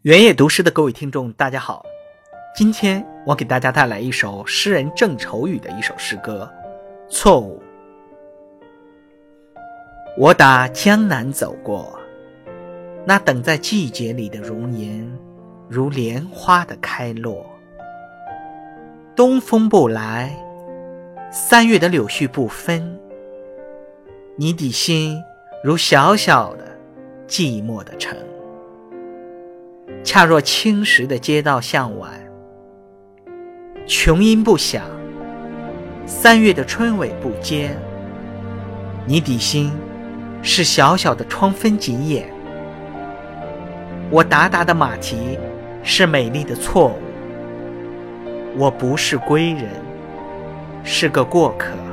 原野读诗的各位听众大家好，今天我给大家带来一首诗人郑愁予的一首诗歌《错误》。我打江南走过，那等在季节里的容颜如莲花的开落。东风不来，3月的柳絮不分，你的心如小小的寂寞的城，恰若青石的街道向晚，琼音不响，3月的春尾不坚，你的心是小小的窗分紧眼，我达达的马蹄是美丽的错误，我不是归人，是个过客。